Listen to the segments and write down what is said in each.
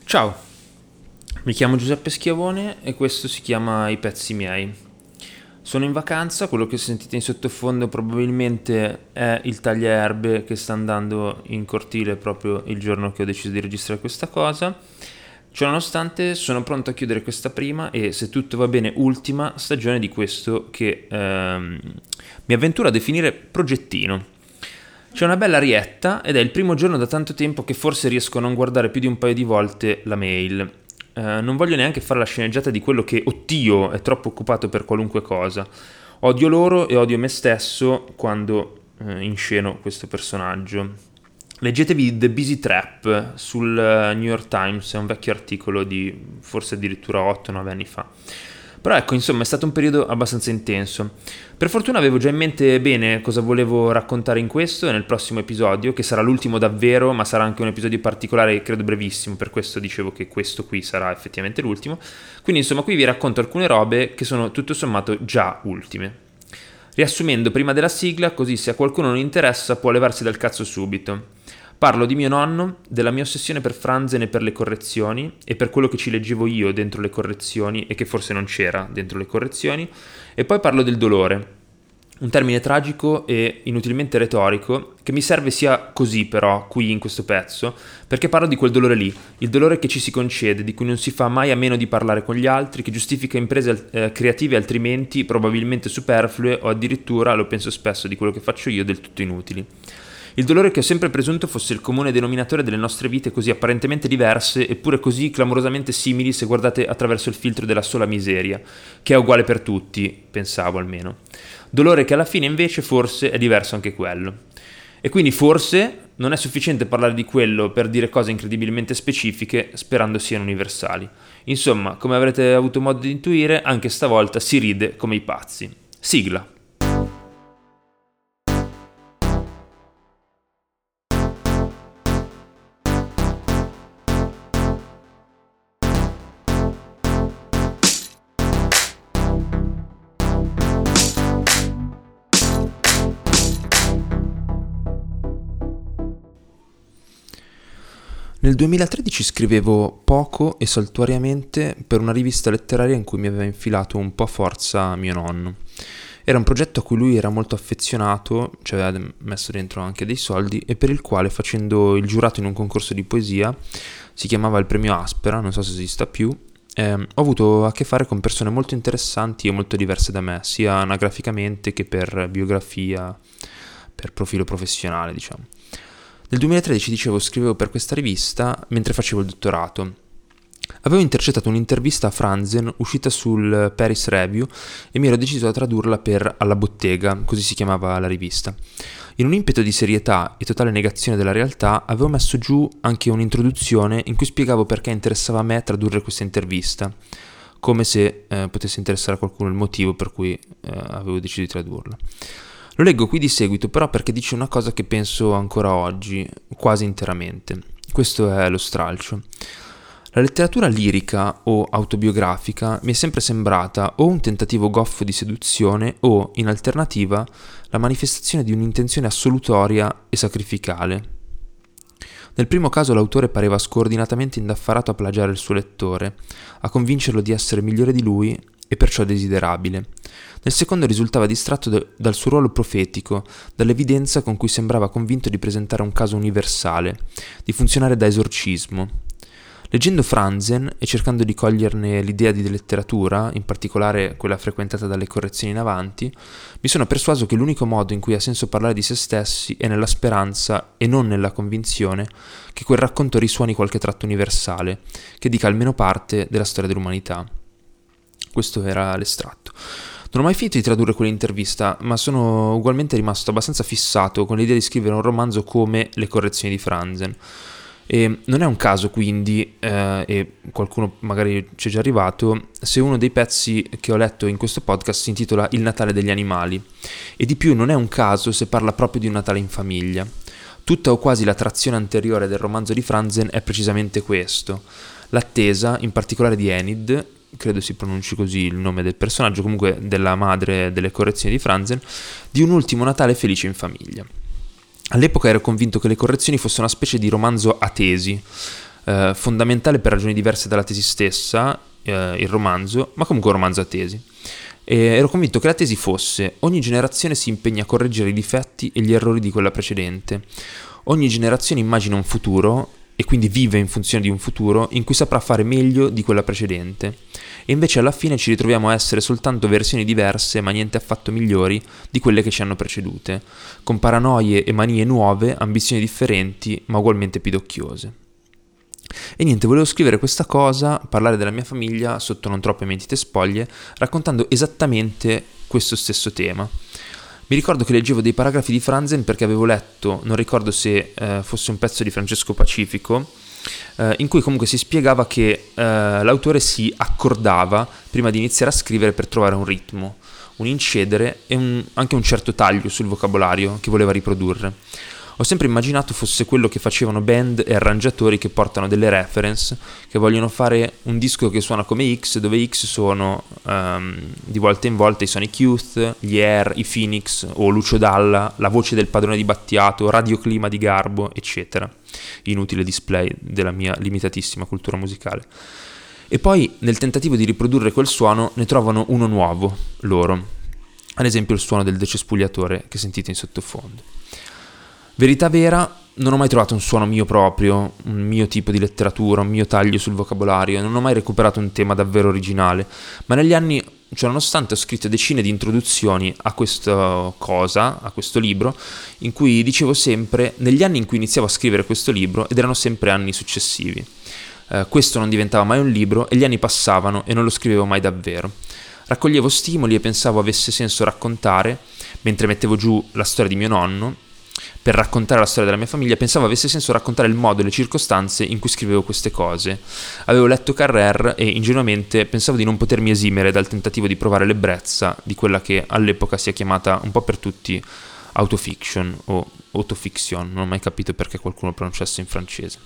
Ciao, mi chiamo Giuseppe Schiavone e questo si chiama I pezzi miei. Sono in vacanza, quello che sentite in sottofondo probabilmente è il tagliaerbe che sta andando in cortile proprio il giorno che ho deciso di registrare questa cosa. Ciononostante sono pronto a chiudere questa prima e, se tutto va bene, ultima stagione di questo che mi avventuro a definire progettino. C'è una bella arietta ed è il primo giorno da tanto tempo che forse riesco a non guardare più di un paio di volte la mail. Non voglio neanche fare la sceneggiata di quello che, oddio, è troppo occupato per qualunque cosa. Odio loro e odio me stesso quando insceno questo personaggio. Leggetevi The Busy Trap sul New York Times, è un vecchio articolo di forse addirittura 8-9 anni fa. Però ecco, insomma, è stato un periodo abbastanza intenso. Per fortuna avevo già in mente bene cosa volevo raccontare in questo e nel prossimo episodio, che sarà l'ultimo davvero, ma sarà anche un episodio particolare, credo brevissimo, per questo dicevo che questo qui sarà effettivamente l'ultimo. Quindi insomma qui vi racconto alcune robe che sono tutto sommato già ultime. Riassumendo prima della sigla, così se a qualcuno non interessa può levarsi dal cazzo subito. Parlo di mio nonno, della mia ossessione per Franzen e per le correzioni, e per quello che ci leggevo io dentro le correzioni e che forse non c'era dentro le correzioni, e poi parlo del dolore, un termine tragico e inutilmente retorico che mi serve sia così però qui in questo pezzo, perché parlo di quel dolore lì, il dolore che ci si concede, di cui non si fa mai a meno di parlare con gli altri, che giustifica imprese creative altrimenti probabilmente superflue o addirittura, lo penso spesso di quello che faccio io, del tutto inutili. Il dolore che ho sempre presunto fosse il comune denominatore delle nostre vite così apparentemente diverse eppure così clamorosamente simili se guardate attraverso il filtro della sola miseria, che è uguale per tutti, pensavo almeno. Dolore che alla fine invece forse è diverso anche quello. E quindi forse non è sufficiente parlare di quello per dire cose incredibilmente specifiche sperando siano universali. Insomma, come avrete avuto modo di intuire, anche stavolta si ride come i pazzi. Sigla. Nel 2013 scrivevo poco e saltuariamente per una rivista letteraria in cui mi aveva infilato un po' a forza mio nonno. Era un progetto a cui lui era molto affezionato, ci aveva messo dentro anche dei soldi e per il quale, facendo il giurato in un concorso di poesia, si chiamava il Premio Aspera, non so se esista più, ho avuto a che fare con persone molto interessanti e molto diverse da me, sia anagraficamente che per biografia, per profilo professionale, diciamo. Nel 2013, dicevo, scrivevo per questa rivista mentre facevo il dottorato. Avevo intercettato un'intervista a Franzen uscita sul Paris Review e mi ero deciso a tradurla per Alla Bottega, così si chiamava la rivista. In un impeto di serietà e totale negazione della realtà avevo messo giù anche un'introduzione in cui spiegavo perché interessava a me tradurre questa intervista, come se potesse interessare a qualcuno il motivo per cui avevo deciso di tradurla. Lo leggo qui di seguito però perché dice una cosa che penso ancora oggi, quasi interamente. Questo è lo stralcio. La letteratura lirica o autobiografica mi è sempre sembrata o un tentativo goffo di seduzione o, in alternativa, la manifestazione di un'intenzione assolutoria e sacrificale. Nel primo caso l'autore pareva scordinatamente indaffarato a plagiare il suo lettore, a convincerlo di essere migliore di lui e perciò desiderabile. Nel secondo risultava distratto dal suo ruolo profetico, dall'evidenza con cui sembrava convinto di presentare un caso universale, di funzionare da esorcismo. Leggendo Franzen e cercando di coglierne l'idea di letteratura, in particolare quella frequentata dalle correzioni in avanti, mi sono persuaso che l'unico modo in cui ha senso parlare di se stessi è nella speranza e non nella convinzione che quel racconto risuoni qualche tratto universale, che dica almeno parte della storia dell'umanità. Questo era l'estratto. Non ho mai finito di tradurre quell'intervista, ma sono ugualmente rimasto abbastanza fissato con l'idea di scrivere un romanzo come Le correzioni di Franzen. E non è un caso quindi, e qualcuno magari ci è già arrivato, se uno dei pezzi che ho letto in questo podcast si intitola Il Natale degli animali. E di più non è un caso se parla proprio di un Natale in famiglia. Tutta o quasi la trazione anteriore del romanzo di Franzen è precisamente questo. L'attesa, in particolare di Enid, credo si pronunci così il nome del personaggio, comunque della madre delle correzioni di Franzen, di un ultimo Natale felice in famiglia. All'epoca ero convinto che Le correzioni fosse una specie di romanzo a tesi, fondamentale per ragioni diverse dalla tesi stessa, il romanzo, ma comunque un romanzo a tesi. E ero convinto che la tesi fosse: ogni generazione si impegna a correggere i difetti e gli errori di quella precedente. Ogni generazione immagina un futuro e quindi vive in funzione di un futuro in cui saprà fare meglio di quella precedente. E invece alla fine ci ritroviamo a essere soltanto versioni diverse, ma niente affatto migliori di quelle che ci hanno precedute, con paranoie e manie nuove, ambizioni differenti, ma ugualmente pidocchiose. E niente, volevo scrivere questa cosa, parlare della mia famiglia sotto non troppe mentite spoglie, raccontando esattamente questo stesso tema. Mi ricordo che leggevo dei paragrafi di Franzen perché avevo letto, non ricordo se fosse un pezzo di Francesco Pacifico, in cui comunque si spiegava che l'autore si accordava prima di iniziare a scrivere per trovare un ritmo, un incedere e anche un certo taglio sul vocabolario che voleva riprodurre. Ho sempre immaginato fosse quello che facevano band e arrangiatori che portano delle reference, che vogliono fare un disco che suona come X, dove X sono di volta in volta i Sonic Youth, gli Air, i Phoenix o Lucio Dalla, la voce del padrone di Battiato, Radio Clima di Garbo, eccetera. Inutile display della mia limitatissima cultura musicale. E poi, nel tentativo di riprodurre quel suono, ne trovano uno nuovo, loro. Ad esempio il suono del decespugliatore che sentite in sottofondo. Verità vera, non ho mai trovato un suono mio proprio, un mio tipo di letteratura, un mio taglio sul vocabolario, non ho mai recuperato un tema davvero originale, ma negli anni, cioè nonostante ho scritto decine di introduzioni a questa cosa, a questo libro, in cui dicevo sempre, negli anni in cui iniziavo a scrivere questo libro, ed erano sempre anni successivi. Questo non diventava mai un libro e gli anni passavano e non lo scrivevo mai davvero. Raccoglievo stimoli e pensavo avesse senso raccontare, mentre mettevo giù la storia di mio nonno, per raccontare la storia della mia famiglia, pensavo avesse senso raccontare il modo e le circostanze in cui scrivevo queste cose. Avevo letto Carrère e ingenuamente pensavo di non potermi esimere dal tentativo di provare l'ebbrezza di quella che all'epoca si è chiamata un po' per tutti autofiction o autofiction, non ho mai capito perché qualcuno pronunciasse in francese.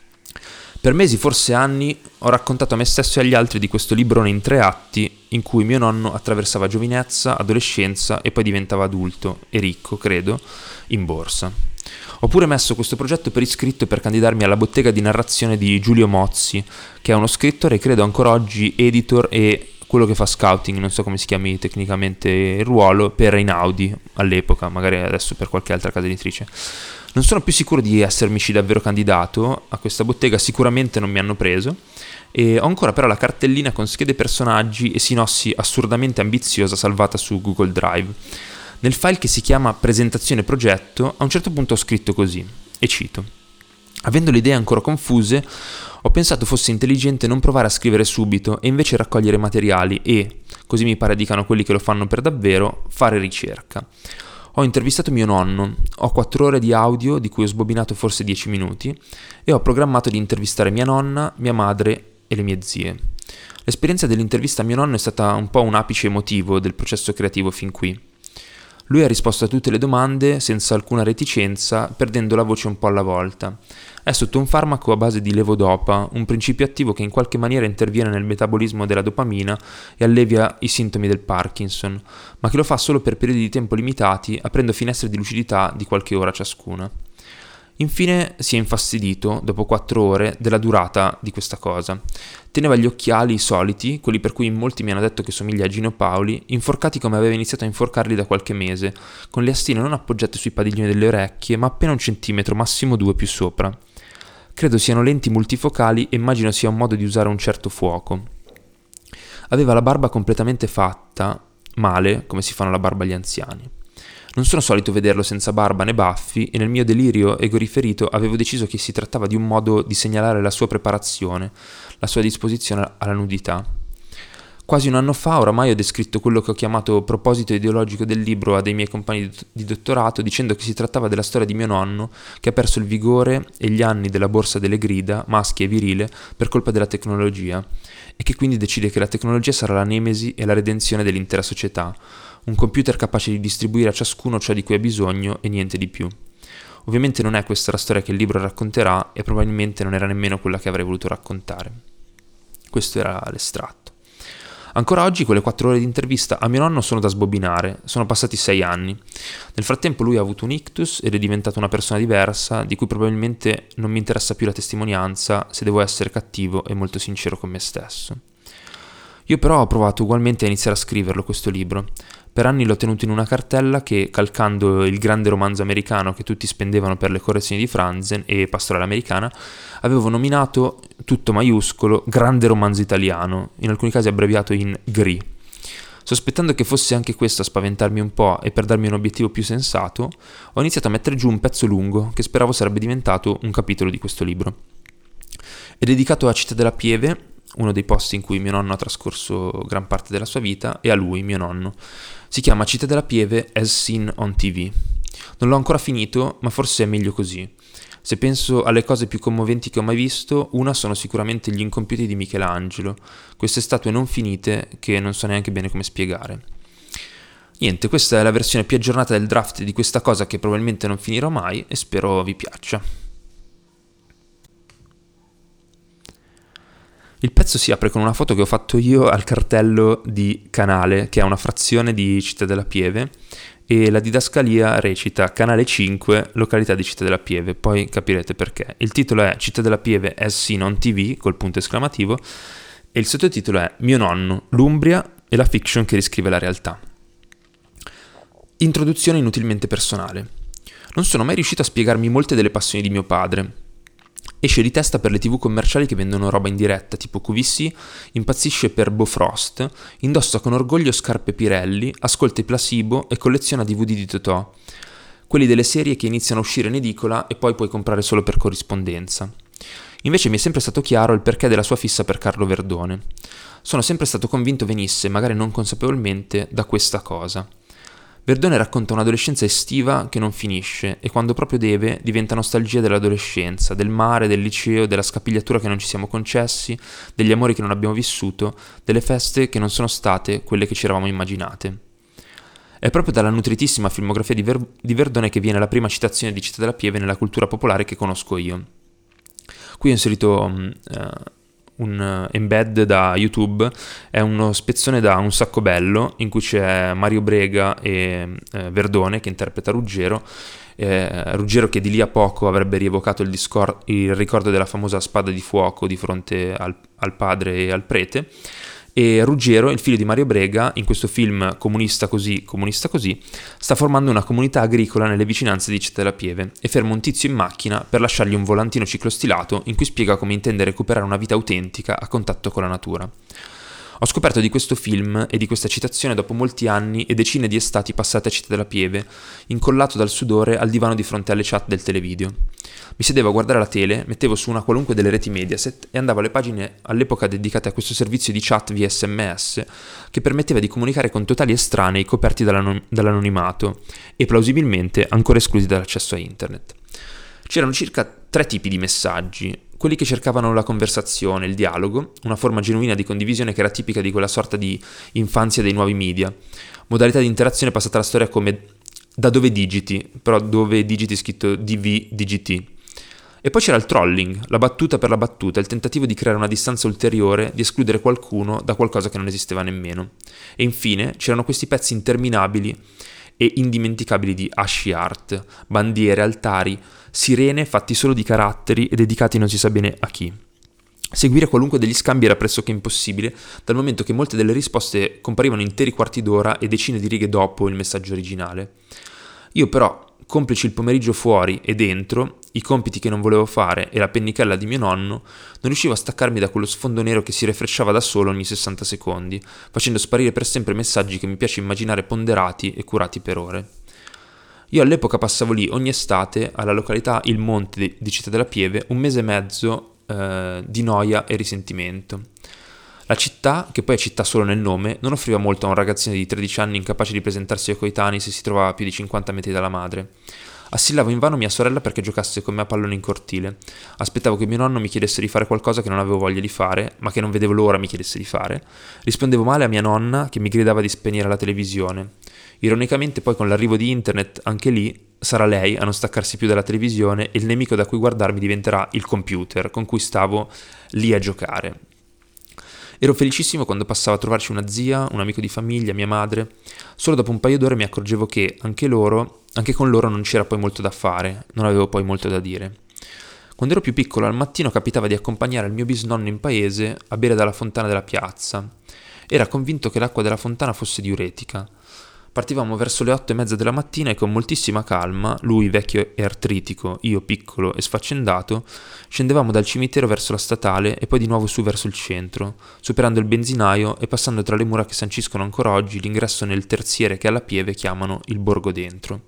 Per mesi, forse anni, ho raccontato a me stesso e agli altri di questo librone in 3 atti in cui mio nonno attraversava giovinezza, adolescenza e poi diventava adulto e ricco, credo, in borsa. Ho pure messo questo progetto per iscritto per candidarmi alla bottega di narrazione di Giulio Mozzi, che è uno scrittore e credo ancora oggi editor e quello che fa scouting, non so come si chiami tecnicamente il ruolo, per Einaudi all'epoca, magari adesso per qualche altra casa editrice. Non sono più sicuro di essermici davvero candidato a questa bottega, sicuramente non mi hanno preso, e ho ancora però la cartellina con schede personaggi e sinossi assurdamente ambiziosa salvata su Google Drive. Nel file che si chiama presentazione progetto, a un certo punto ho scritto così, e cito: avendo le idee ancora confuse, ho pensato fosse intelligente non provare a scrivere subito e invece raccogliere materiali e, così mi pare dicano quelli che lo fanno per davvero, fare ricerca. Ho intervistato mio nonno, ho 4 ore di audio di cui ho sbobinato forse 10 minuti e ho programmato di intervistare mia nonna, mia madre e le mie zie. L'esperienza dell'intervista a mio nonno è stata un po' un apice emotivo del processo creativo fin qui. Lui ha risposto a tutte le domande senza alcuna reticenza, perdendo la voce un po' alla volta. È sotto un farmaco a base di levodopa, un principio attivo che in qualche maniera interviene nel metabolismo della dopamina e allevia i sintomi del Parkinson, ma che lo fa solo per periodi di tempo limitati, aprendo finestre di lucidità di qualche ora ciascuna. Infine si è infastidito, dopo 4 ore, della durata di questa cosa. Teneva gli occhiali soliti, quelli per cui in molti mi hanno detto che somiglia a Gino Paoli, inforcati come aveva iniziato a inforcarli da qualche mese, con le astine non appoggiate sui padiglioni delle orecchie, ma appena 1 centimetro, massimo 2 più sopra. Credo siano lenti multifocali e immagino sia un modo di usare un certo fuoco. Aveva la barba completamente fatta, male, come si fanno la barba agli anziani. Non sono solito vederlo senza barba né baffi e nel mio delirio egoriferito avevo deciso che si trattava di un modo di segnalare la sua preparazione, la sua disposizione alla nudità. Quasi 1 anno fa oramai ho descritto quello che ho chiamato proposito ideologico del libro a dei miei compagni di dottorato dicendo che si trattava della storia di mio nonno che ha perso il vigore e gli anni della borsa delle grida, maschia e virile, per colpa della tecnologia e che quindi decide che la tecnologia sarà la nemesi e la redenzione dell'intera società, un computer capace di distribuire a ciascuno ciò di cui ha bisogno e niente di più. Ovviamente non è questa la storia che il libro racconterà e probabilmente non era nemmeno quella che avrei voluto raccontare. Questo era l'estratto. Ancora oggi quelle 4 ore di intervista a mio nonno sono da sbobinare, sono passati 6 anni. Nel frattempo lui ha avuto un ictus ed è diventato una persona diversa, di cui probabilmente non mi interessa più la testimonianza, se devo essere cattivo e molto sincero con me stesso. Io però ho provato ugualmente a iniziare a scriverlo questo libro. Per anni l'ho tenuto in una cartella che, calcando il grande romanzo americano che tutti spendevano per le correzioni di Franzen e Pastorale Americana, avevo nominato, tutto maiuscolo, Grande Romanzo Italiano, in alcuni casi abbreviato in GRI. Sospettando che fosse anche questo a spaventarmi un po' e per darmi un obiettivo più sensato, ho iniziato a mettere giù un pezzo lungo che speravo sarebbe diventato un capitolo di questo libro. È dedicato a Città della Pieve, uno dei posti in cui mio nonno ha trascorso gran parte della sua vita, e a lui, mio nonno. Si chiama Città della Pieve as Seen on TV. Non l'ho ancora finito, ma forse è meglio così. Se penso alle cose più commoventi che ho mai visto, una sono sicuramente gli incompiuti di Michelangelo, queste statue non finite che non so neanche bene come spiegare. Niente, questa è la versione più aggiornata del draft di questa cosa che probabilmente non finirò mai e spero vi piaccia. Il pezzo si apre con una foto che ho fatto io al cartello di Canale, che è una frazione di Città della Pieve, e la didascalia recita Canale 5, località di Città della Pieve, poi capirete perché. Il titolo è Città della Pieve as Seen on TV, col punto esclamativo, e il sottotitolo è Mio nonno, l'Umbria e la fiction che riscrive la realtà. Introduzione inutilmente personale. Non sono mai riuscito a spiegarmi molte delle passioni di mio padre. Esce di testa per le TV commerciali che vendono roba in diretta, tipo QVC, impazzisce per Bofrost, indossa con orgoglio scarpe Pirelli, ascolta i Placebo e colleziona DVD di Totò, quelli delle serie che iniziano a uscire in edicola e poi puoi comprare solo per corrispondenza. Invece mi è sempre stato chiaro il perché della sua fissa per Carlo Verdone. Sono sempre stato convinto venisse, magari non consapevolmente, da questa cosa. Verdone racconta un'adolescenza estiva che non finisce e quando proprio deve diventa nostalgia dell'adolescenza, del mare, del liceo, della scapigliatura che non ci siamo concessi, degli amori che non abbiamo vissuto, delle feste che non sono state quelle che ci eravamo immaginate. È proprio dalla nutritissima filmografia di Verdone che viene la prima citazione di Città della Pieve nella cultura popolare che conosco io. Qui ho inserito un embed da YouTube, è uno spezzone da Un sacco bello in cui c'è Mario Brega e Verdone che interpreta Ruggero, Ruggero che di lì a poco avrebbe rievocato il ricordo della famosa spada di fuoco di fronte al padre e al prete, e Ruggero, il figlio di Mario Brega, in questo film comunista così, sta formando una comunità agricola nelle vicinanze di Città della Pieve e ferma un tizio in macchina per lasciargli un volantino ciclostilato in cui spiega come intende recuperare una vita autentica a contatto con la natura. Ho scoperto di questo film e di questa citazione dopo molti anni e decine di estati passate a Città della Pieve, incollato dal sudore al divano di fronte alle chat del televideo. Mi sedevo a guardare la tele, mettevo su una qualunque delle reti Mediaset e andavo alle pagine all'epoca dedicate a questo servizio di chat via SMS che permetteva di comunicare con totali estranei coperti dall'anonimato e plausibilmente ancora esclusi dall'accesso a internet. C'erano circa 3 tipi di messaggi: quelli che cercavano la conversazione, il dialogo, una forma genuina di condivisione che era tipica di quella sorta di infanzia dei nuovi media, modalità di interazione passata alla storia come da dove digiti, però dove digiti scritto DV-DGT. E poi c'era il trolling, la battuta per la battuta, il tentativo di creare una distanza ulteriore, di escludere qualcuno da qualcosa che non esisteva nemmeno. E infine c'erano questi pezzi interminabili e indimenticabili di asci art, bandiere, altari, sirene fatti solo di caratteri e dedicati non si sa bene a chi. Seguire qualunque degli scambi era pressoché impossibile, dal momento che molte delle risposte comparivano interi quarti d'ora e decine di righe dopo il messaggio originale. Io però, complici il pomeriggio fuori e dentro, i compiti che non volevo fare e la pennichella di mio nonno, non riuscivo a staccarmi da quello sfondo nero che si refresciava da solo ogni 60 secondi, facendo sparire per sempre messaggi che mi piace immaginare ponderati e curati per ore. Io all'epoca passavo lì ogni estate, alla località Il Monte di Città della Pieve, un mese e mezzo di noia e risentimento. La città, che poi è città solo nel nome, non offriva molto a un ragazzino di 13 anni incapace di presentarsi ai coetanei se si trovava a più di 50 metri dalla madre. Assillavo invano mia sorella perché giocasse con me a pallone in cortile. Aspettavo che mio nonno mi chiedesse di fare qualcosa che non avevo voglia di fare, ma che non vedevo l'ora mi chiedesse di fare. Rispondevo male a mia nonna, che mi gridava di spegnere la televisione. Ironicamente poi con l'arrivo di internet, anche lì, sarà lei a non staccarsi più dalla televisione e il nemico da cui guardarmi diventerà il computer con cui stavo lì a giocare. Ero felicissimo quando passava a trovarci una zia, un amico di famiglia, mia madre. Solo dopo un paio d'ore mi accorgevo che anche con loro non c'era poi molto da fare, non avevo poi molto da dire. Quando ero più piccolo, al mattino capitava di accompagnare il mio bisnonno in paese a bere dalla fontana della piazza. Era convinto che l'acqua della fontana fosse diuretica. Partivamo verso le 8:30 della mattina e con moltissima calma, lui vecchio e artritico, io piccolo e sfaccendato, scendevamo dal cimitero verso la statale e poi di nuovo su verso il centro, superando il benzinaio e passando tra le mura che sanciscono ancora oggi l'ingresso nel terziere che alla Pieve chiamano il Borgo Dentro.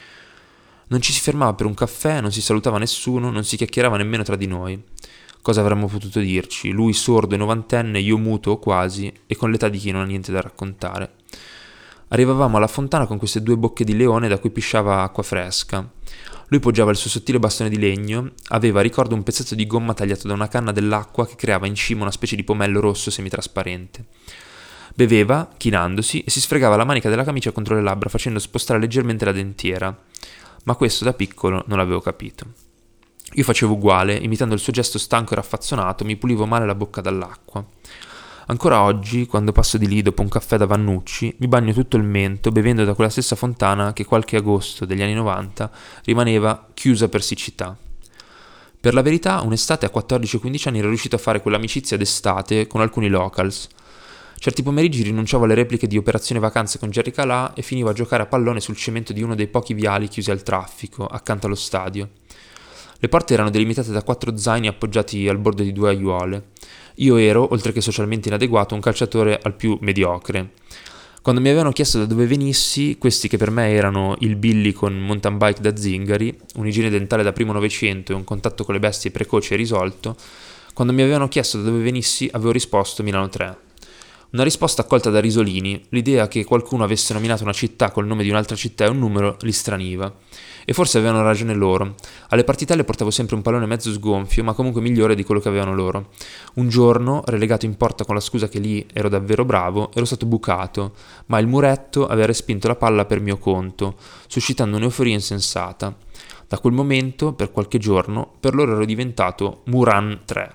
Non ci si fermava per un caffè, non si salutava nessuno, non si chiacchierava nemmeno tra di noi. Cosa avremmo potuto dirci? Lui sordo e novantenne, io muto o quasi, e con l'età di chi non ha niente da raccontare. Arrivavamo alla fontana con queste 2 bocche di leone da cui pisciava acqua fresca. Lui poggiava il suo sottile bastone di legno, aveva, ricordo, un pezzetto di gomma tagliato da una canna dell'acqua che creava in cima una specie di pomello rosso semitrasparente. Beveva, chinandosi, e si sfregava la manica della camicia contro le labbra facendo spostare leggermente la dentiera. Ma questo da piccolo non l'avevo capito. Io facevo uguale, imitando il suo gesto stanco e raffazzonato, mi pulivo male la bocca dall'acqua. Ancora oggi, quando passo di lì dopo un caffè da Vannucci, mi bagno tutto il mento bevendo da quella stessa fontana che qualche agosto degli anni 90 rimaneva chiusa per siccità. Per la verità, un'estate a 14-15 anni ero riuscito a fare quell'amicizia d'estate con alcuni locals. Certi pomeriggi rinunciavo alle repliche di Operazione Vacanze con Jerry Calà e finivo a giocare a pallone sul cemento di uno dei pochi viali chiusi al traffico, accanto allo stadio. Le porte erano delimitate da 4 zaini appoggiati al bordo di 2 aiuole. Io ero, oltre che socialmente inadeguato, un calciatore al più mediocre. Quando mi avevano chiesto da dove venissi, questi che per me erano il Billy con mountain bike da zingari, un'igiene dentale da primo Novecento e un contatto con le bestie precoce e risolto, quando mi avevano chiesto da dove venissi avevo risposto Milano 3. Una risposta accolta da risolini, l'idea che qualcuno avesse nominato una città col nome di un'altra città e un numero li straniva. E forse avevano ragione loro. Alle partitelle portavo sempre un pallone mezzo sgonfio, ma comunque migliore di quello che avevano loro. Un giorno, relegato in porta con la scusa che lì ero davvero bravo, ero stato bucato, ma il muretto aveva respinto la palla per mio conto, suscitando un'euforia insensata. Da quel momento, per qualche giorno, per loro ero diventato Muran 3.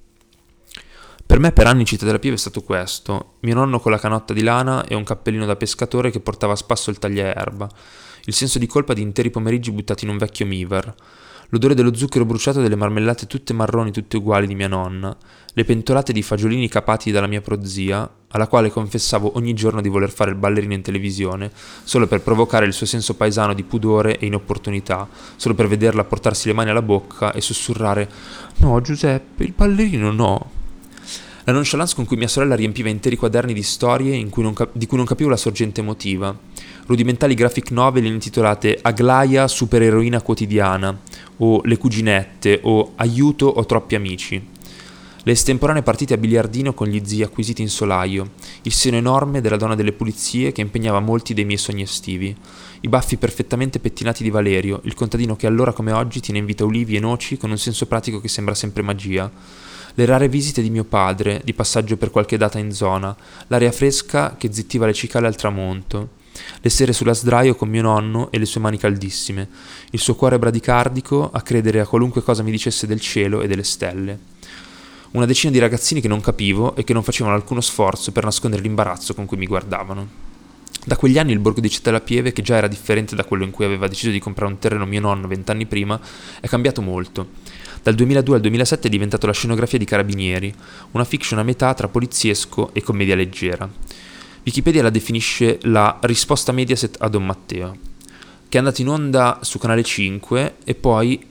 Per me per anni Città della Pieve è stato questo, mio nonno con la canotta di lana e un cappellino da pescatore che portava a spasso il tagliaerba, il senso di colpa di interi pomeriggi buttati in un vecchio miver, l'odore dello zucchero bruciato e delle marmellate tutte marroni tutte uguali di mia nonna, le pentolate di fagiolini capati dalla mia prozia, alla quale confessavo ogni giorno di voler fare il ballerino in televisione, solo per provocare il suo senso paesano di pudore e inopportunità, solo per vederla portarsi le mani alla bocca e sussurrare «No, Giuseppe, il ballerino no!». La nonchalance con cui mia sorella riempiva interi quaderni di storie di cui non capivo la sorgente emotiva, rudimentali graphic novel intitolate Aglaia supereroina quotidiana, o Le cuginette, o Aiuto ho troppi amici. Le estemporanee partite a biliardino con gli zii acquisiti in solaio, il seno enorme della donna delle pulizie che impegnava molti dei miei sogni estivi, i baffi perfettamente pettinati di Valerio, il contadino che allora come oggi tiene in vita ulivi e noci con un senso pratico che sembra sempre magia, le rare visite di mio padre, di passaggio per qualche data in zona, l'aria fresca che zittiva le cicale al tramonto, le sere sulla sdraio con mio nonno e le sue mani caldissime, il suo cuore bradicardico a credere a qualunque cosa mi dicesse del cielo e delle stelle. Una decina di ragazzini che non capivo e che non facevano alcuno sforzo per nascondere l'imbarazzo con cui mi guardavano. Da quegli anni il borgo di Città della Pieve, che già era differente da quello in cui aveva deciso di comprare un terreno mio nonno 20 anni prima, è cambiato molto. Dal 2002 al 2007 è diventato la scenografia di Carabinieri, una fiction a metà tra poliziesco e commedia leggera. Wikipedia la definisce la risposta Mediaset a Don Matteo, che è andata in onda su Canale 5 e poi,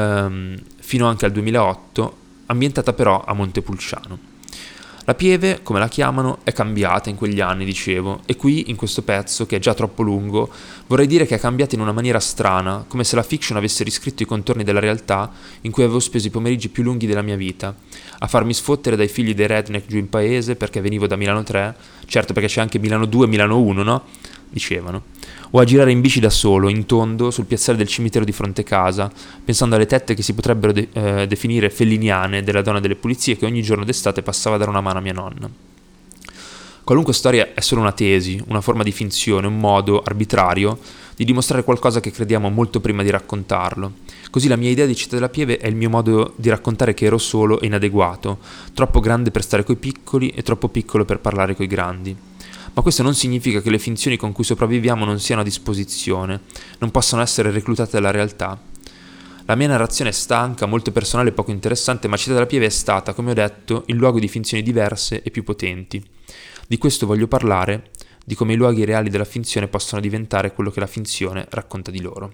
fino anche al 2008, ambientata però a Montepulciano. La Pieve, come la chiamano, è cambiata in quegli anni, dicevo, e qui, in questo pezzo, che è già troppo lungo, vorrei dire che è cambiata in una maniera strana, come se la fiction avesse riscritto i contorni della realtà in cui avevo speso i pomeriggi più lunghi della mia vita, a farmi sfottere dai figli dei redneck giù in paese perché venivo da Milano 3, certo perché c'è anche Milano 2 e Milano 1, no? Dicevano. O a girare in bici da solo, in tondo, sul piazzale del cimitero di fronte casa, pensando alle tette che si potrebbero definire felliniane della donna delle pulizie che ogni giorno d'estate passava a dare una mano a mia nonna. Qualunque storia è solo una tesi, una forma di finzione, un modo arbitrario di di dimostrare qualcosa che crediamo molto prima di raccontarlo. Così la mia idea di Città della Pieve è il mio modo di raccontare che ero solo e inadeguato, troppo grande per stare coi piccoli e troppo piccolo per parlare coi grandi. Ma questo non significa che le finzioni con cui sopravviviamo non siano a disposizione, non possano essere reclutate dalla realtà. La mia narrazione è stanca, molto personale e poco interessante, ma Città della Pieve è stata, come ho detto, il luogo di finzioni diverse e più potenti. Di questo voglio parlare, di come i luoghi reali della finzione possono diventare quello che la finzione racconta di loro.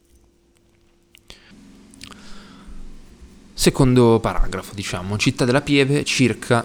Secondo paragrafo, Città della Pieve, circa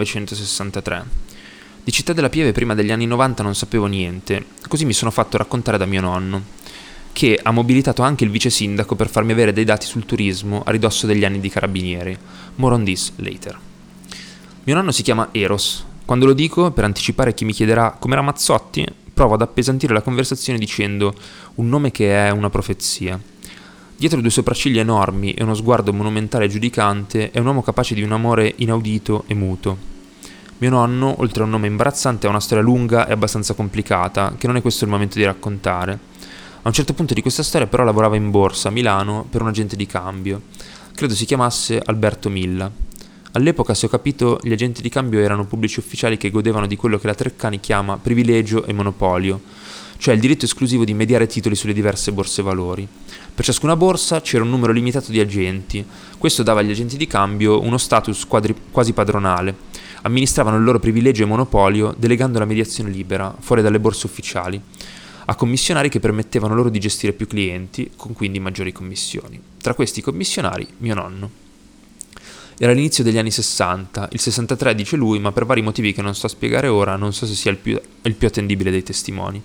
1963. Di Città della Pieve prima degli anni 90 non sapevo niente, così mi sono fatto raccontare da mio nonno, che ha mobilitato anche il vice sindaco per farmi avere dei dati sul turismo a ridosso degli anni di carabinieri. More on this later. Mio nonno si chiama Eros. Quando lo dico, per anticipare chi mi chiederà come Ramazzotti, provo ad appesantire la conversazione dicendo un nome che è una profezia. Dietro due sopracciglia enormi e uno sguardo monumentale e giudicante è un uomo capace di un amore inaudito e muto. Mio nonno, oltre a un nome imbarazzante, ha una storia lunga e abbastanza complicata, che non è questo il momento di raccontare. A un certo punto di questa storia però lavorava in borsa a Milano per un agente di cambio. Credo si chiamasse Alberto Milla. All'epoca, se ho capito, gli agenti di cambio erano pubblici ufficiali che godevano di quello che la Treccani chiama privilegio e monopolio, cioè il diritto esclusivo di mediare titoli sulle diverse borse valori. Per ciascuna borsa c'era un numero limitato di agenti. Questo dava agli agenti di cambio uno status quasi padronale. Amministravano il loro privilegio e monopolio delegando la mediazione libera, fuori dalle borse ufficiali, a commissionari che permettevano loro di gestire più clienti, con quindi maggiori commissioni. Tra questi commissionari, mio nonno. Era l'inizio degli anni 60, il 63 dice lui, ma per vari motivi che non sto a spiegare ora, non so se sia il più attendibile dei testimoni.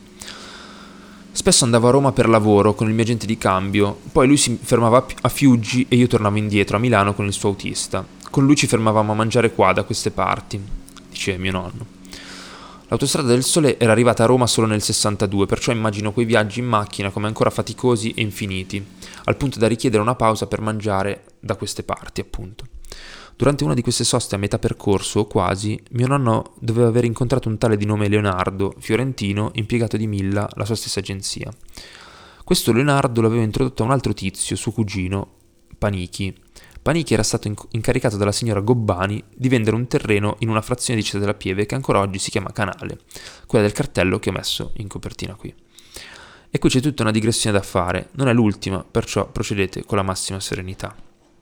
Spesso andavo a Roma per lavoro con il mio agente di cambio, poi lui si fermava a Fiuggi e io tornavo indietro a Milano con il suo autista. Con lui ci fermavamo a mangiare qua, da queste parti, dice mio nonno. L'autostrada del Sole era arrivata a Roma solo nel 62, perciò immagino quei viaggi in macchina come ancora faticosi e infiniti, al punto da richiedere una pausa per mangiare da queste parti, appunto. Durante una di queste soste a metà percorso, o quasi, mio nonno doveva aver incontrato un tale di nome Leonardo, fiorentino, impiegato di Milla, la sua stessa agenzia. Questo Leonardo l'aveva introdotto a un altro tizio, suo cugino, Panichi. Panichi era stato incaricato dalla signora Gobbani di vendere un terreno in una frazione di Città della Pieve che ancora oggi si chiama Canale, quella del cartello che ho messo in copertina qui. E qui c'è tutta una digressione da fare, non è l'ultima, perciò procedete con la massima serenità.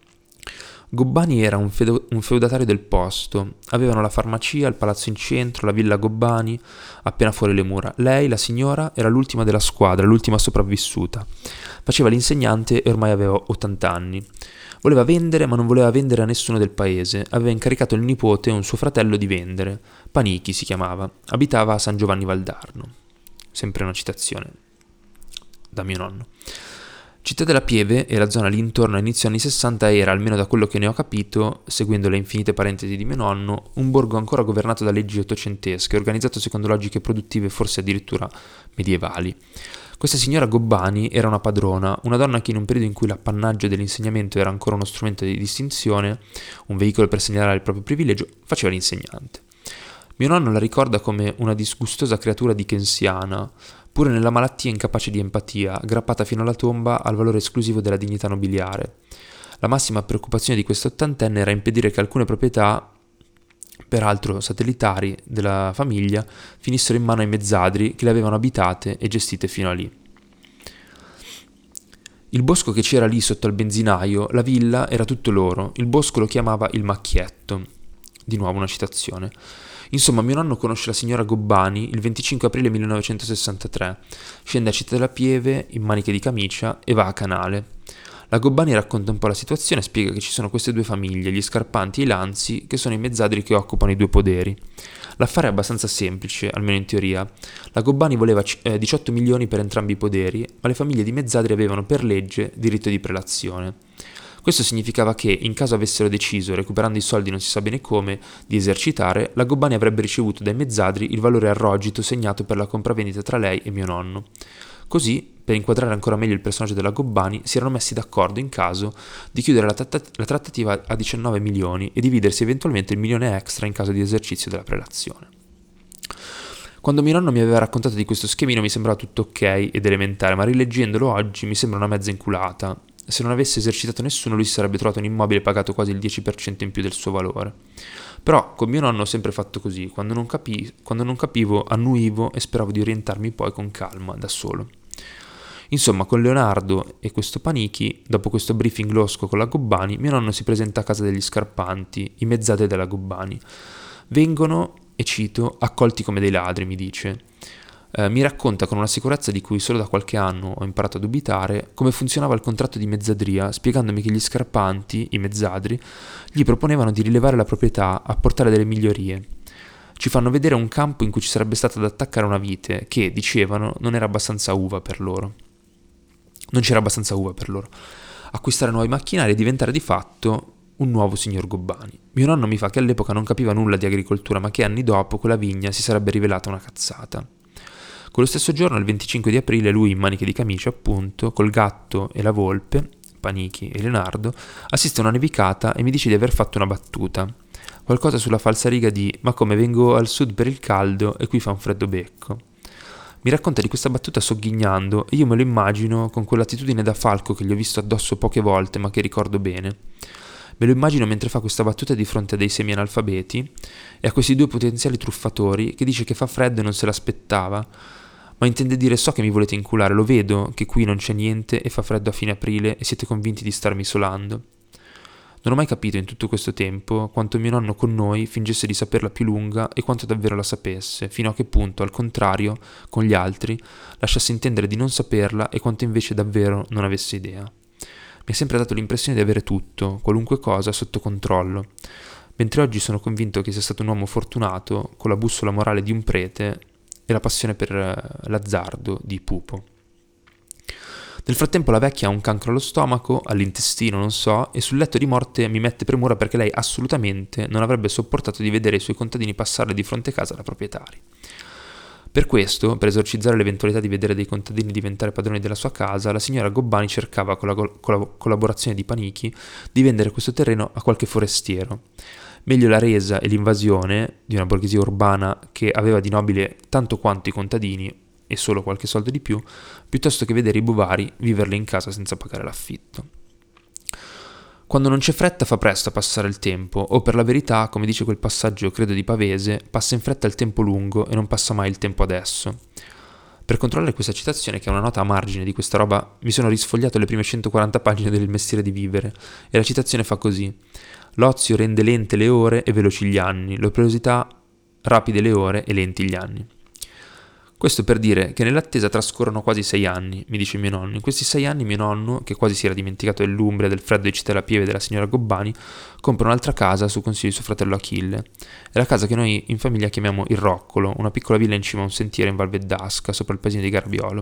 Gobbani era un feudatario del posto, avevano la farmacia, il palazzo in centro, la villa Gobbani, appena fuori le mura. Lei, la signora, era l'ultima della squadra, l'ultima sopravvissuta. Faceva l'insegnante e ormai aveva 80 anni. Voleva vendere, ma non voleva vendere a nessuno del paese. Aveva incaricato il nipote e un suo fratello di vendere. Panichi si chiamava. Abitava a San Giovanni Valdarno. Sempre una citazione da mio nonno. Città della Pieve e la zona lì intorno a inizio anni 60 era, almeno da quello che ne ho capito, seguendo le infinite parentesi di mio nonno, un borgo ancora governato da leggi ottocentesche, organizzato secondo logiche produttive forse addirittura medievali. Questa signora Gobbani era una padrona, una donna che in un periodo in cui l'appannaggio dell'insegnamento era ancora uno strumento di distinzione, un veicolo per segnalare il proprio privilegio, faceva l'insegnante. Mio nonno la ricorda come una disgustosa creatura dickensiana, pure nella malattia incapace di empatia, aggrappata fino alla tomba al valore esclusivo della dignità nobiliare. La massima preoccupazione di questa ottantenne era impedire che alcune proprietà, peraltro satellitari, della famiglia, finissero in mano ai mezzadri che le avevano abitate e gestite fino a lì. Il bosco che c'era lì sotto al benzinaio, la villa, era tutto loro. Il bosco lo chiamava il Macchietto. Di nuovo una citazione. Insomma, mio nonno conosce la signora Gobbani il 25 aprile 1963, scende a Città della Pieve in maniche di camicia e va a Canale. La Gobbani racconta un po' la situazione e spiega che ci sono queste due famiglie, gli Scarpanti e i Lanzi, che sono i mezzadri che occupano i due poderi. L'affare è abbastanza semplice, almeno in teoria. La Gobbani voleva 18 milioni per entrambi i poderi, ma le famiglie di mezzadri avevano per legge diritto di prelazione. Questo significava che, in caso avessero deciso, recuperando i soldi non si sa bene come, di esercitare, la Gobbani avrebbe ricevuto dai mezzadri il valore arrogito segnato per la compravendita tra lei e mio nonno. Così, per inquadrare ancora meglio il personaggio della Gobbani, si erano messi d'accordo in caso di chiudere la trattativa a 19 milioni e dividersi eventualmente il milione extra in caso di esercizio della prelazione. Quando mio nonno mi aveva raccontato di questo schemino mi sembrava tutto ok ed elementare, ma rileggendolo oggi mi sembra una mezza inculata. Se non avesse esercitato nessuno, lui si sarebbe trovato un immobile pagato quasi il 10% in più del suo valore. Però con mio nonno ho sempre fatto così, quando non capivo annuivo e speravo di orientarmi poi con calma, da solo. Insomma, con Leonardo e questo Panichi, dopo questo briefing losco con la Gobbani, mio nonno si presenta a casa degli Scarpanti, i mezzadri della Gobbani. Vengono, e cito, accolti come dei ladri, mi dice. Mi racconta con una sicurezza di cui solo da qualche anno ho imparato a dubitare come funzionava il contratto di mezzadria, spiegandomi che gli Scarpanti, i mezzadri, gli proponevano di rilevare la proprietà, apportare delle migliorie. Ci fanno vedere un campo in cui ci sarebbe stato da attaccare una vite che, dicevano, non c'era abbastanza uva per loro. Acquistare nuovi macchinari e diventare di fatto un nuovo signor Gobbani. Mio nonno mi fa che all'epoca non capiva nulla di agricoltura, ma che anni dopo quella vigna si sarebbe rivelata una cazzata. Quello stesso giorno, il 25 di aprile, lui in maniche di camicia, appunto, col gatto e la volpe, Panichi e Leonardo, assiste a una nevicata e mi dice di aver fatto una battuta. Qualcosa sulla falsariga di «Ma come vengo al sud per il caldo e qui fa un freddo becco». Mi racconta di questa battuta sogghignando e io me lo immagino con quell'attitudine da falco che gli ho visto addosso poche volte ma che ricordo bene. Me lo immagino mentre fa questa battuta di fronte a dei semi-analfabeti e a questi due potenziali truffatori che dice che fa freddo e non se l'aspettava, ma intende dire so che mi volete inculare, lo vedo che qui non c'è niente e fa freddo a fine aprile e siete convinti di starmi isolando. Non ho mai capito in tutto questo tempo quanto mio nonno con noi fingesse di saperla più lunga e quanto davvero la sapesse, fino a che punto, al contrario, con gli altri, lasciasse intendere di non saperla e quanto invece davvero non avesse idea. Mi ha sempre dato l'impressione di avere tutto, qualunque cosa, sotto controllo, mentre oggi sono convinto che sia stato un uomo fortunato, con la bussola morale di un prete e la passione per l'azzardo di Pupo. Nel frattempo la vecchia ha un cancro allo stomaco, all'intestino, non so, e sul letto di morte mi mette premura perché lei assolutamente non avrebbe sopportato di vedere i suoi contadini passare di fronte a casa da proprietari. Per questo, per esorcizzare l'eventualità di vedere dei contadini diventare padroni della sua casa, la signora Gobbani cercava, con la collaborazione di Panichi, di vendere questo terreno a qualche forestiero. Meglio la resa e l'invasione di una borghesia urbana che aveva di nobile tanto quanto i contadini, e solo qualche soldo di più, piuttosto che vedere i bovari viverli in casa senza pagare l'affitto. Quando non c'è fretta fa presto a passare il tempo, o per la verità, come dice quel passaggio credo di Pavese, passa in fretta il tempo lungo e non passa mai il tempo adesso. Per controllare questa citazione, che è una nota a margine di questa roba, mi sono risfogliato le prime 140 pagine del Mestiere di vivere, e la citazione fa così: l'ozio rende lente le ore e veloci gli anni, l'operosità rapide le ore e lenti gli anni. Questo per dire che nell'attesa trascorrono quasi 6 anni, mi dice mio nonno. In questi 6 anni mio nonno, che quasi si era dimenticato dell'Umbria, del freddo e cita la pieve della signora Gobbani, compra un'altra casa su consiglio di suo fratello Achille. È la casa che noi in famiglia chiamiamo il Roccolo, una piccola villa in cima a un sentiero in Val Veddasca, sopra il paesino di Garbiolo.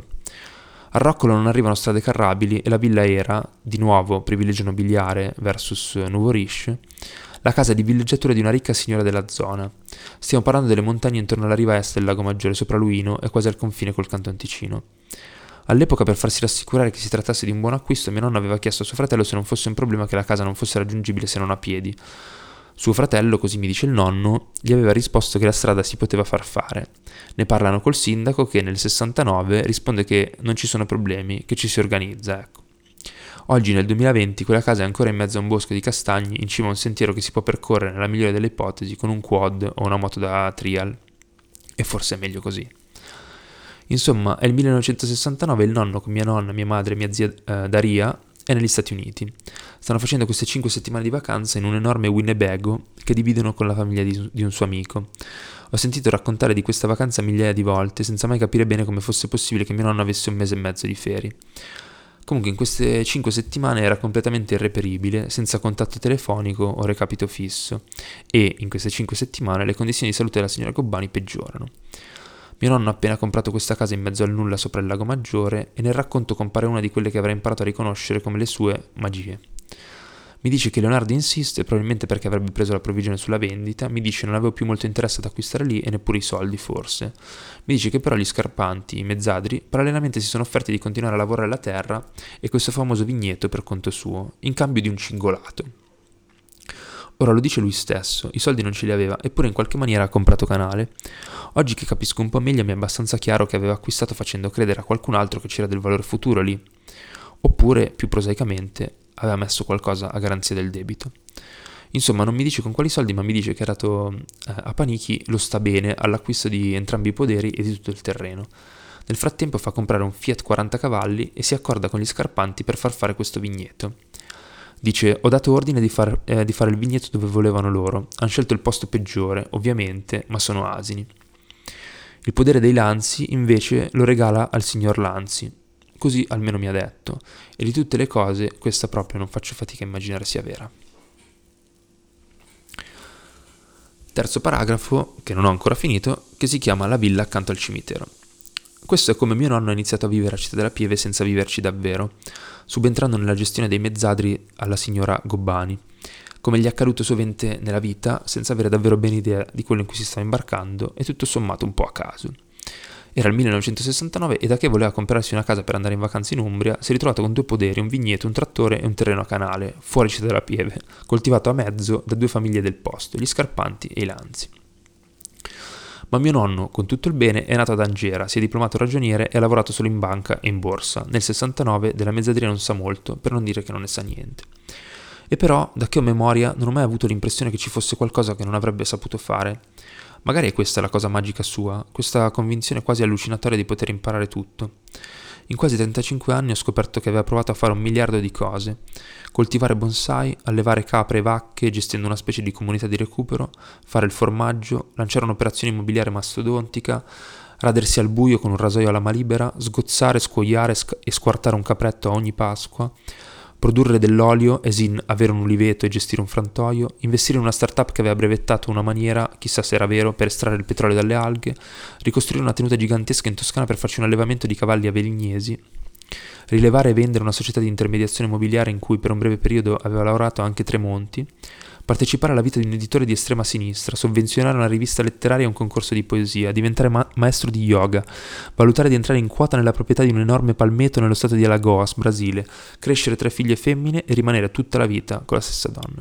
Al Roccolo non arrivano strade carrabili e la villa era, di nuovo privilegio nobiliare versus Nuovo Riche, la casa di villeggiatura di una ricca signora della zona. Stiamo parlando delle montagne intorno alla riva est del Lago Maggiore, sopra Luino e quasi al confine col Canton Ticino. All'epoca, per farsi rassicurare che si trattasse di un buon acquisto, mio nonno aveva chiesto a suo fratello se non fosse un problema che la casa non fosse raggiungibile se non a piedi. Suo fratello, così mi dice il nonno, gli aveva risposto che la strada si poteva far fare. Ne parlano col sindaco che nel 69 risponde che non ci sono problemi, che ci si organizza, ecco. Oggi nel 2020 quella casa è ancora in mezzo a un bosco di castagni in cima a un sentiero che si può percorrere nella migliore delle ipotesi con un quad o una moto da trial. E forse è meglio così. Insomma, è il 1969 e il nonno con mia nonna, mia madre e mia zia Daria è negli Stati Uniti. Stanno facendo queste 5 settimane di vacanza in un enorme Winnebago che dividono con la famiglia di un suo amico. Ho sentito raccontare di questa vacanza migliaia di volte senza mai capire bene come fosse possibile che mio nonno avesse un mese e mezzo di ferie. Comunque in queste 5 settimane era completamente irreperibile, senza contatto telefonico o recapito fisso, e in queste 5 settimane le condizioni di salute della signora Gobbani peggiorano. Mio nonno ha appena comprato questa casa in mezzo al nulla sopra il Lago Maggiore e nel racconto compare una di quelle che avrà imparato a riconoscere come le sue magie. Mi dice che Leonardo insiste, probabilmente perché avrebbe preso la provvigione sulla vendita, mi dice non avevo più molto interesse ad acquistare lì e neppure i soldi forse. Mi dice che però gli Scarpanti, i mezzadri, parallelamente si sono offerti di continuare a lavorare la terra e questo famoso vigneto per conto suo, in cambio di un cingolato. Ora lo dice lui stesso, i soldi non ce li aveva, eppure in qualche maniera ha comprato canale. Oggi che capisco un po' meglio mi è abbastanza chiaro che aveva acquistato facendo credere a qualcun altro che c'era del valore futuro lì. Oppure, più prosaicamente, aveva messo qualcosa a garanzia del debito. Insomma, non mi dice con quali soldi, ma mi dice che era dato a Panichi lo sta bene all'acquisto di entrambi i poderi e di tutto il terreno. Nel frattempo fa comprare un Fiat 40 cavalli e si accorda con gli Scarpanti per far fare questo vigneto. Dice: ho dato ordine di fare il vigneto dove volevano loro. Han scelto il posto peggiore, ovviamente, ma sono asini. Il podere dei Lanzi, invece, lo regala al signor Lanzi. Così almeno mi ha detto. E di tutte le cose, questa proprio non faccio fatica a immaginare sia vera. Terzo paragrafo, che non ho ancora finito, che si chiama La villa accanto al cimitero. Questo è come mio nonno ha iniziato a vivere a Città della Pieve senza viverci davvero, subentrando nella gestione dei mezzadri alla signora Gobbani, come gli è accaduto sovente nella vita, senza avere davvero bene idea di quello in cui si stava imbarcando e tutto sommato un po' a caso. Era il 1969 e da che voleva comprarsi una casa per andare in vacanza in Umbria, si è ritrovato con 2 poderi, un vigneto, un trattore e un terreno a canale, fuori Città della Pieve, coltivato a mezzo da 2 famiglie del posto, gli Scarpanti e i Lanzi. Ma mio nonno, con tutto il bene, è nato ad Angera, si è diplomato ragioniere e ha lavorato solo in banca e in borsa. Nel 69 della mezzadria non sa molto, per non dire che non ne sa niente. E però, da che ho memoria, non ho mai avuto l'impressione che ci fosse qualcosa che non avrebbe saputo fare. Magari è questa la cosa magica sua, questa convinzione quasi allucinatoria di poter imparare tutto. In quasi 35 anni ho scoperto che aveva provato a fare 1 miliardo di cose. Coltivare bonsai, allevare capre e vacche gestendo una specie di comunità di recupero, fare il formaggio, lanciare un'operazione immobiliare mastodontica, radersi al buio con un rasoio alla malibera, sgozzare, scuoiare e squartare un capretto a ogni Pasqua, produrre dell'olio, esin avere un uliveto e gestire un frantoio, investire in una startup che aveva brevettato una maniera, chissà se era vero, per estrarre il petrolio dalle alghe, ricostruire una tenuta gigantesca in Toscana per farci un allevamento di cavalli avelignesi, rilevare e vendere una società di intermediazione immobiliare in cui per un breve periodo aveva lavorato anche Tremonti, partecipare alla vita di un editore di estrema sinistra, sovvenzionare una rivista letteraria e un concorso di poesia, diventare maestro di yoga, valutare di entrare in quota nella proprietà di un enorme palmeto nello stato di Alagoas, Brasile, crescere 3 figlie femmine e rimanere tutta la vita con la stessa donna.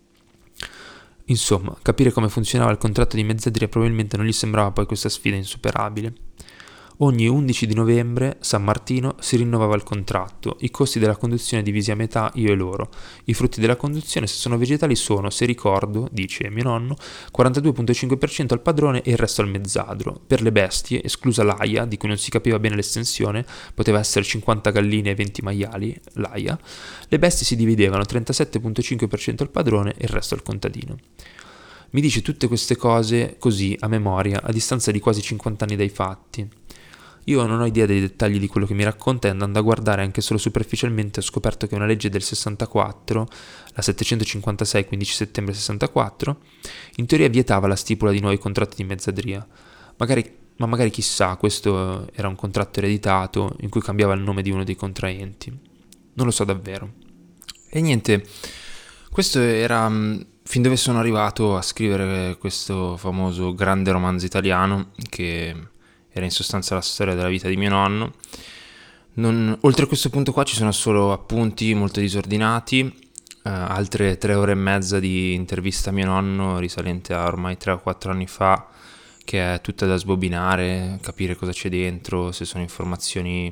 Insomma, capire come funzionava il contratto di mezzadria probabilmente non gli sembrava poi questa sfida insuperabile. Ogni 11 di novembre, San Martino, si rinnovava il contratto, i costi della conduzione divisi a metà io e loro. I frutti della conduzione, se sono vegetali, sono, se ricordo, dice mio nonno, 42,5% al padrone e il resto al mezzadro. Per le bestie, esclusa l'aia, di cui non si capiva bene l'estensione, poteva essere 50 galline e 20 maiali, l'aia, le bestie si dividevano 37,5% al padrone e il resto al contadino. Mi dice tutte queste cose così, a memoria, a distanza di quasi 50 anni dai fatti. Io non ho idea dei dettagli di quello che mi racconta e andando a guardare anche solo superficialmente ho scoperto che una legge del 64, la 756 15 settembre 64, in teoria vietava la stipula di nuovi contratti di mezzadria. Ma magari chissà, questo era un contratto ereditato in cui cambiava il nome di uno dei contraenti. Non lo so davvero. E niente, questo era fin dove sono arrivato a scrivere questo famoso grande romanzo italiano che era in sostanza la storia della vita di mio nonno. Oltre a questo punto qua ci sono solo appunti molto disordinati, altre 3 ore e mezza di intervista a mio nonno risalente a ormai 3 o 4 anni fa, che è tutta da sbobinare, capire cosa c'è dentro, se sono informazioni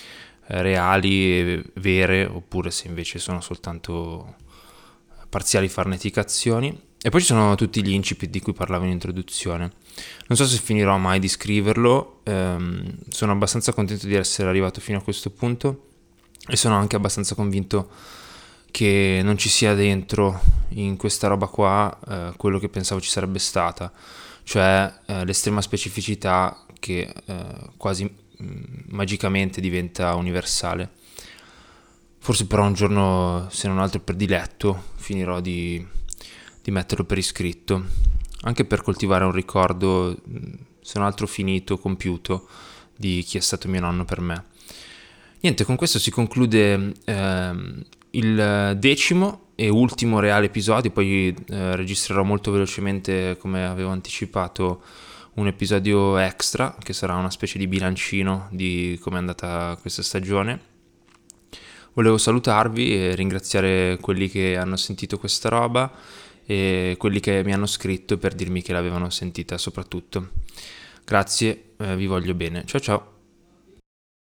reali e vere oppure se invece sono soltanto parziali farneticazioni. E poi ci sono tutti gli incipit di cui parlavo in introduzione. Non so se finirò mai di scriverlo, sono abbastanza contento di essere arrivato fino a questo punto e sono anche abbastanza convinto che non ci sia dentro in questa roba qua quello che pensavo ci sarebbe stata, cioè l'estrema specificità che quasi magicamente diventa universale. Forse però un giorno, se non altro per diletto, finirò di metterlo per iscritto, anche per coltivare un ricordo, se non altro finito, compiuto, di chi è stato mio nonno per me. Niente, con questo si conclude il 10° e ultimo reale episodio, poi registrerò molto velocemente, come avevo anticipato, un episodio extra, che sarà una specie di bilancino di come è andata questa stagione. Volevo salutarvi e ringraziare quelli che hanno sentito questa roba e quelli che mi hanno scritto per dirmi che l'avevano sentita soprattutto. Grazie, vi voglio bene. Ciao ciao.